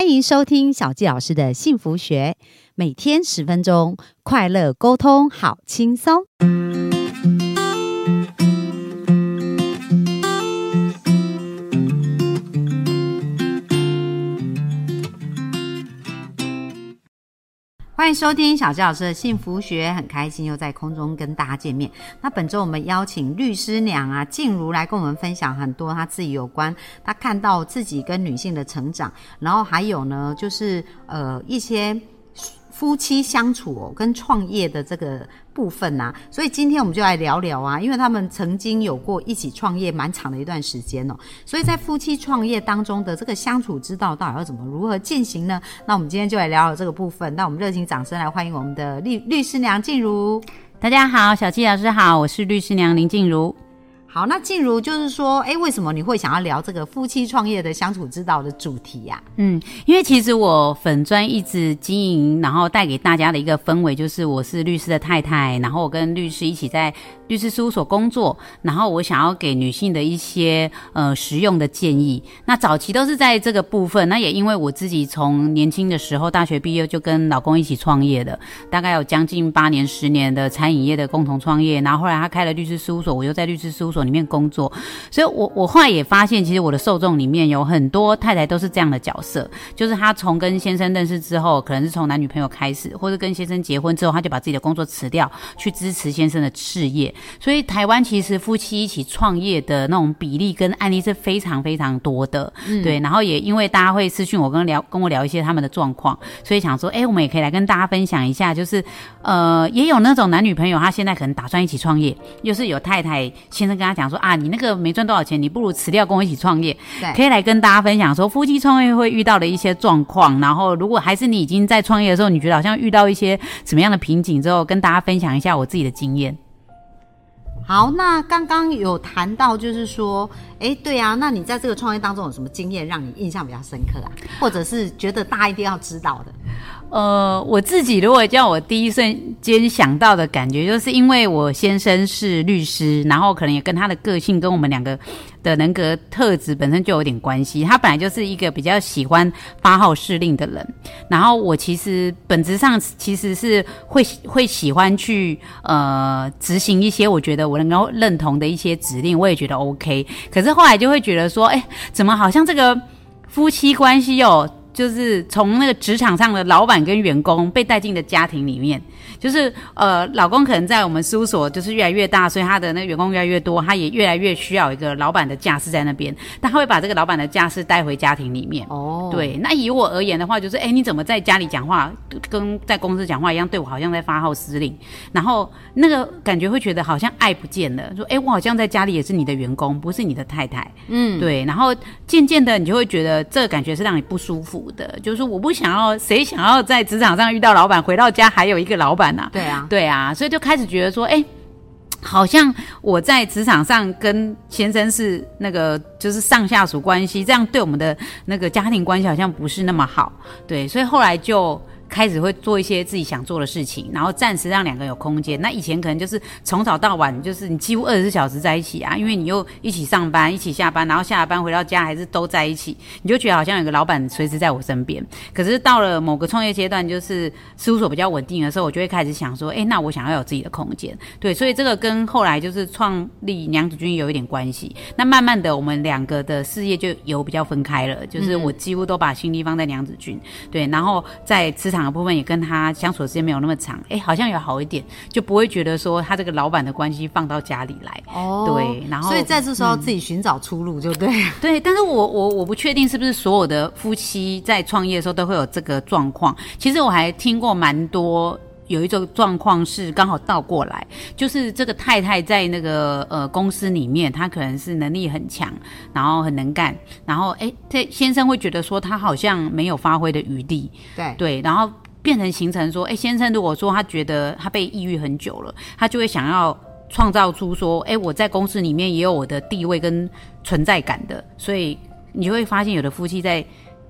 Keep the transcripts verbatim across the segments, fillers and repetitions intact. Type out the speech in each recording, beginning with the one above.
欢迎收听小纪老师的幸福学，每天十分钟，快乐沟通，好轻松。欢迎收听小纪老师的幸福学，很开心又在空中跟大家见面。那本周我们邀请律师娘啊静茹来跟我们分享很多她自己有关她看到自己跟女性的成长，然后还有呢就是呃一些夫妻相处哦跟创业的这个部分啊，所以今天我们就来聊聊啊，因为他们曾经有过一起创业蛮长的一段时间哦，所以在夫妻创业当中的这个相处之道到底要怎么如何进行呢？那我们今天就来聊聊这个部分。那我们热情掌声来欢迎我们的律律师娘静茹。 大家好，小纪老师好，我是律师娘林静茹。 好，那静茹就是说，哎，为什么你会想要聊这个夫妻创业的相处之道的主题呀、啊？ 嗯，因为其实我粉专一直经营，然后带给大家的一个氛围就是我是律师的太太，然后我跟律师一起在律师事务所工作，然后我想要给女性的一些呃实用的建议。那早期都是在这个部分，那也因为我自己从年轻的时候大学毕业就跟老公一起创业的，大概有将近八年十年的餐饮业的共同创业，然后后来他开了律师事务所，我又在律师事务所里面工作，所以我我后来也发现，其实我的受众里面有很多太太都是这样的角色，就是她从跟先生认识之后，可能是从男女朋友开始，或者跟先生结婚之后，她就把自己的工作辞掉，去支持先生的事业。所以台湾其实夫妻一起创业的那种比例跟案例是非常非常多的，嗯、对。然后也因为大家会私讯我跟聊跟我聊一些他们的状况，所以想说，哎，我们也可以来跟大家分享一下，就是呃，也有那种男女朋友，他现在可能打算一起创业，又是有太太先生跟他讲说啊，你那个没赚多少钱，你不如辞掉跟我一起创业，可以来跟大家分享说夫妻创业会遇到的一些状况，然后如果还是你已经在创业的时候，你觉得好像遇到一些什么样的瓶颈之后，跟大家分享一下我自己的经验。 好，那刚刚有谈到就是说，哎，对啊，那你在这个创业当中有什么经验让你印象比较深刻啊？或者是觉得大家一定要知道的？ 呃，我自己如果叫我第一瞬间想到的感觉，就是因为我先生是律师，然后可能也跟他的个性跟我们两个的人格特质本身就有点关系。他本来就是一个比较喜欢发号施令的人，然后我其实本质上其实是会会喜欢去呃执行一些我觉得我能够认同的一些指令，我也觉得 OK。可是后来就会觉得说，哎，怎么好像这个夫妻关系哦，就是从那个职场上的老板跟员工被带进的家庭里面，就是呃，老公可能在我们事务所就是越来越大，所以他的那个员工越来越多，他也越来越需要一个老板的架势在那边，但他会把这个老板的架势带回家庭里面。哦，对，那以我而言的话，就是哎，你怎么在家里讲话跟在公司讲话一样，对我好像在发号施令，然后那个感觉会觉得好像爱不见了，说哎，我好像在家里也是你的员工，不是你的太太。嗯，对，然后渐渐的你就会觉得这个感觉是让你不舒服的，就是我不想要，谁想要在职场上遇到老板，回到家还有一个老板啊？ 对啊， 对啊，所以就开始觉得说，哎，好像我在职场上跟先生是那个就是上下属关系，这样对我们的那个家庭关系好像不是那么好，对，所以后来就开始会做一些自己想做的事情，然后暂时让两个人有空间。那以前可能就是从早到晚，就是你几乎二十四小时在一起啊，因为你又一起上班，一起下班，然后下了班回到家还是都在一起，你就觉得好像有个老板随时在我身边。可是到了某个创业阶段，就是事务所比较稳定的时候，我就会开始想说，哎，那我想要有自己的空间。对，所以这个跟后来就是创立娘子军有一点关系。那慢慢的，我们两个的事业就有比较分开了，就是我几乎都把心力放在娘子军，对，然后在职场的部分也跟他相处的时间没有那么长，哎，好像有好一点，就不会觉得说他这个老板的关系放到家里来。哦，对，然后所以在这时候自己寻找出路就对了、嗯、 对，但是我我我不确定是不是所有的夫妻在创业的时候都会有这个状况。其实我还听过蛮多。有一种状况是刚好倒过来，就是这个太太在那个呃公司里面，她可能是能力很强，然后很能干，然后哎，这先生会觉得说他好像没有发挥的余地， 对对，然后变成形成说，哎，先生如果说他觉得他被抑郁很久了，他就会想要创造出说，哎，我在公司里面也有我的地位跟存在感的，所以你就会发现有的夫妻在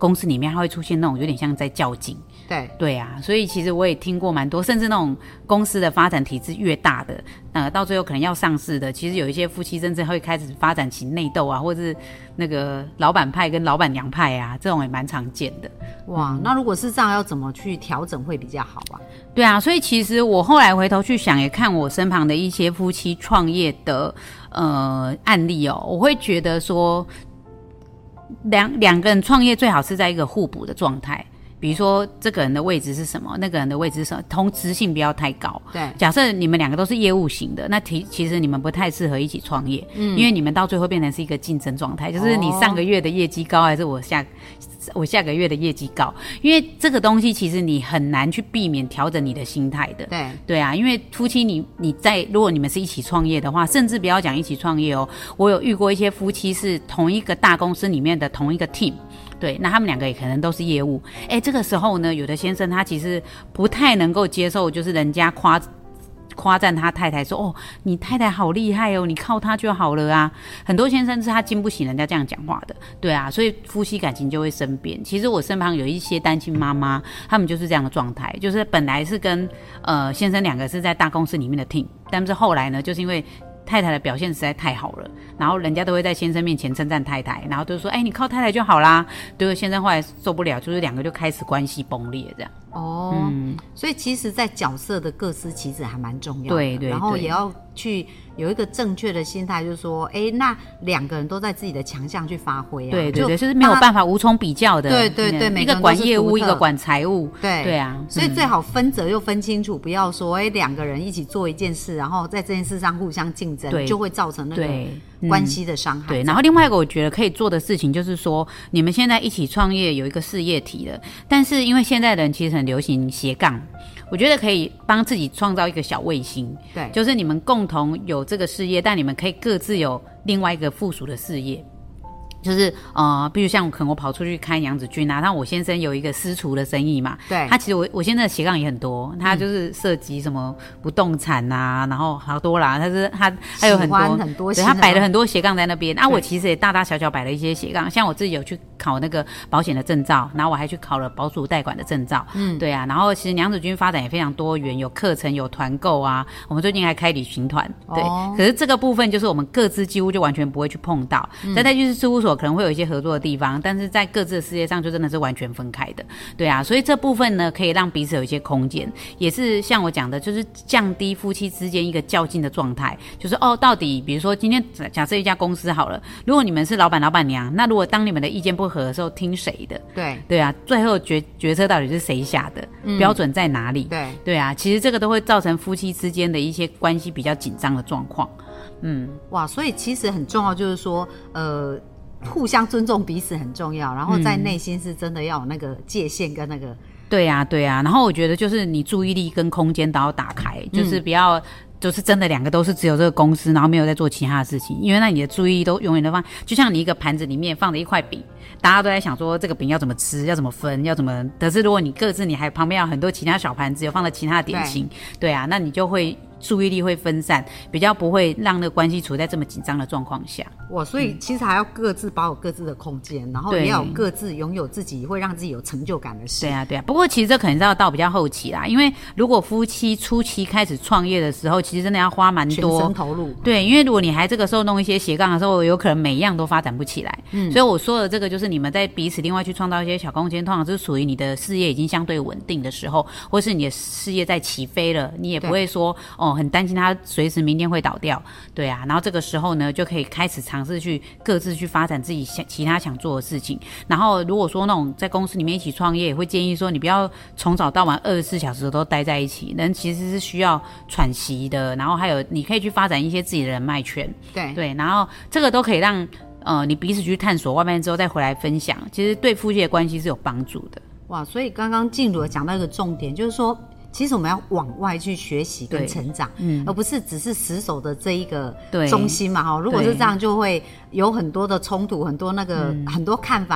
公司里面，它会出现那种有点像在较劲。 对对啊，所以其实我也听过蛮多，甚至那种公司的发展体制越大的，呃，到最后可能要上市的，其实有一些夫妻甚至会开始发展起内斗啊，或者是那个老板派跟老板娘派啊，这种也蛮常见的。 哇、嗯，那如果是这样，要怎么去调整会比较好啊？ 对啊，所以其实我后来回头去想，也看我身旁的一些夫妻创业的呃案例哦，我会觉得说，两两个人创业最好是在一个互补的状态。比如说这个人的位置是什么，那个人的位置是什么，同质性不要太高。 对， 假设你们两个都是业务型的，那其其实你们不太适合一起创业，嗯，因为你们到最后变成是一个竞争状态，就是你上个月的业绩高还是我下我下个月的业绩高，因为这个东西其实你很难去避免调整你的心态的。 对对啊，因为夫妻你你在如果你们是一起创业的话，甚至不要讲一起创业哦，我有遇过一些夫妻是同一个大公司里面的同一个 team。对，那他们两个也可能都是业务，哎，这个时候呢，有的先生他其实不太能够接受，就是人家夸夸赞他太太说，哦，你太太好厉害哦，你靠她就好了啊。很多先生是他经不起人家这样讲话的，对啊，所以夫妻感情就会生变。其实我身旁有一些单亲妈妈，他们就是这样的状态，就是本来是跟呃先生两个是在大公司里面的 team， 但是后来呢，就是因为太太的表现实在太好了，然后人家都会在先生面前称赞太太，然后都说，哎，你靠太太就好啦。对，先生后来受不了，就是两个就开始关系崩裂这样。 哦，嗯，所以其实在角色的各司其职还蛮重要的， 对 对, 对， 然后也要去有一个正确的心态，就是说，哎，那两个人都在自己的强项去发挥啊， 对对对，就, 就是没有办法无从比较的， 对对对， 一个管业务，一个管财务， 对对啊， 所以最好分责又分清楚，不要说，哎，两个人一起做一件事，然后在这件事上互相竞争，就会造成那个关系的伤害。 对，然后另外一个我觉得可以做的事情就是说，你们现在一起创业有一个事业体了，但是因为现在的人其实很流行斜杠，我觉得可以帮自己创造一个小卫星， 对， 就是你们共同有这个事业，但你们可以各自有另外一个附属的事业。就是呃，比如像可能我跑出去开娘子军啊，那我先生有一个私厨的生意嘛， 对， 他其实我我现在的斜杠也很多，他就是涉及什么不动产啊，然后好多啦，他是他还有很多很多， 对，他摆了很多斜杠在那边啊。我其实也大大小小摆了一些斜杠，像我自己有去考那个保险的证照，然后我还去考了保属代管的证照，嗯，对啊，然后其实娘子军发展也非常多元，有课程有团购啊，我们最近还开旅行团，对，哦，可是这个部分就是我们各自几乎就完全不会去碰到，嗯，在在就是事务所可能会有一些合作的地方，但是在各自的事业上就真的是完全分开的，对啊，所以这部分呢可以让彼此有一些空间，也是像我讲的，就是降低夫妻之间一个较劲的状态，就是哦，到底比如说今天假设一家公司好了，如果你们是老板老板娘，那如果当你们的意见不合的时候，听谁的？ 对对啊，最后决决策到底是谁下的，嗯，标准在哪里？ 对对啊，其实这个都会造成夫妻之间的一些关系比较紧张的状况。嗯， 哇，所以其实很重要，就是说，呃。互相尊重彼此很重要，然后在内心是真的要有那个界限跟那个， 对啊对啊，然后我觉得就是你注意力跟空间都要打开，嗯，就是不要就是真的两个都是只有这个公司，然后没有在做其他的事情，因为那你的注意力都永远都放，就像你一个盘子里面放着一块饼，大家都在想说这个饼要怎么吃，要怎么分，要怎么，可是如果你各自你还旁边有很多其他小盘子，有放了其他的点心， 对, 对啊，那你就会注意力会分散，比较不会让那个关系处在这么紧张的状况下。 哇，所以其实还要各自保有各自的空间，然后也要有各自拥有自己会让自己有成就感的事。 对啊，对啊。不过其实这可能是要到比较后期啦，因为如果夫妻初期开始创业的时候，其实真的要花蛮多全身投入。 对，因为如果你还这个时候弄一些斜杠的时候，有可能每一样都发展不起来。嗯，所以我说的这个就是你们在彼此另外去创造一些小空间，通常是属于你的事业已经相对稳定的时候，或是你的事业在起飞了，你也不会说哦很担心它随时明天会倒掉。对啊，然后这个时候呢，就可以开始尝试去各自去发展自己想其他想做的事情。然后如果说那种在公司里面一起创业，也会建议说你不要从早到晚二十四小时都待在一起，人其实是需要喘息的。然后还有你可以去发展一些自己的人脉圈， 对对，然后这个都可以让呃你彼此去探索外面之后再回来分享，其实对夫妻的关系是有帮助的。 哇，所以刚刚静茹讲到一个重点，就是说其实我们要往外去学习跟成长，嗯，而不是只是死守的这一个中心嘛。哈，如果是这样，就会有很多的冲突，很多那个很多看法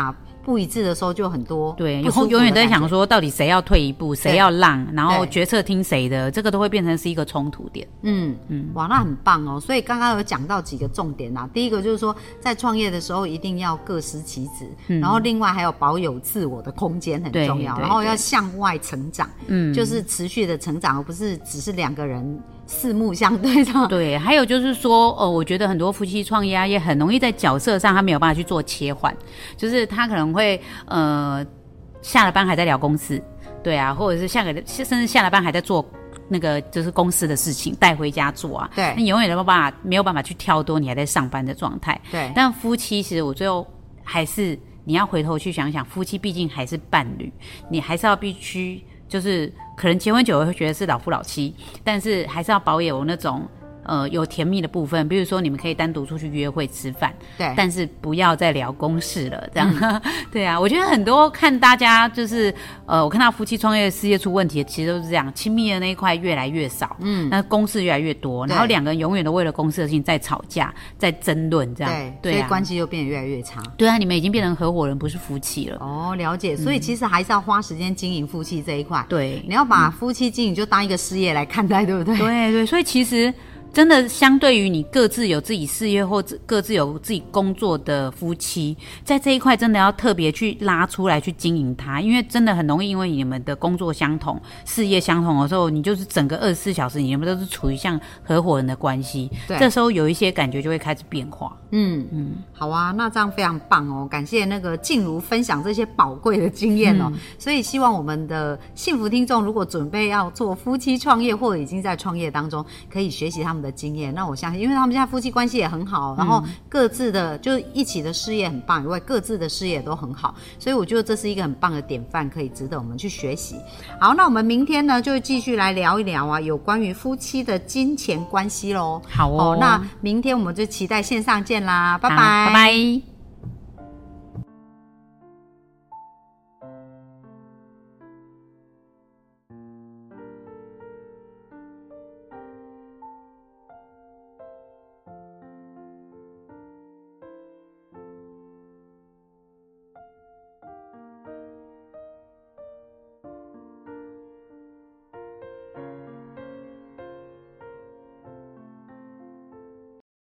不一致的时候就很多对， 不舒服的永远都在感觉想说到底谁要退一步，谁要让，然后对决策听谁的，这个都会变成是一个冲突点。 嗯嗯，哇，那很棒哦。所以刚刚有讲到几个重点啦，第一个就是说，在创业的时候一定要各司其职，嗯、然后另外还有保有自我的空间很重要，然后要向外成长，嗯，就是持续的成长，而不是只是两个人四目相对的。 对，还有就是说，呃，我觉得很多夫妻创业啊，也很容易在角色上他没有办法去做切换，就是他可能会呃下了班还在聊公司，对啊，或者是下个甚至下了班还在做那个就是公司的事情带回家做啊， 对， 你永远都没有办法没有办法去跳脱你还在上班的状态。 对， 但夫妻其实我最后还是你要回头去想想，夫妻毕竟还是伴侣，你还是要必须就是可能结婚久了会觉得是老夫老妻，但是还是要保有那种呃有甜蜜的部分，比如说你们可以单独出去约会吃饭， 对， 但是不要再聊公事了，这样、嗯、对啊，我觉得很多看大家就是呃，我看到夫妻创业事业出问题，其实都是这样，亲密的那一块越来越少，嗯，那公事越来越多，然后两个人永远都为了公事的事情在吵架，在争论，这样对， 对啊， 所以关系就变得越来越差。 对啊，你们已经变成合伙人，不是夫妻了。 哦，了解，所以其实还是要花时间经营夫妻这一块。 对， 你要把夫妻经营就当一个事业来看待，对不对？ 对对，所以其实真的相对于你各自有自己事业或各自有自己工作的夫妻，在这一块真的要特别去拉出来去经营它，因为真的很容易因为你们的工作相同事业相同的时候，你就是整个二十四小时你们都是处于像合伙人的关系，这时候有一些感觉就会开始变化。嗯嗯，好啊，那这样非常棒哦，感谢那个静茹分享这些宝贵的经验哦、嗯、所以希望我们的幸福听众如果准备要做夫妻创业或者已经在创业当中，可以学习他们的经验。那我相信因为他们现在夫妻关系也很好，然后各自的就是一起的事业很棒以外，各自的事业都很好，所以我觉得这是一个很棒的典范，可以值得我们去学习。好，那我们明天呢就继续来聊一聊啊有关于夫妻的金钱关系咯。 好 哦, 哦，那明天我们就期待线上见啦，拜拜拜拜。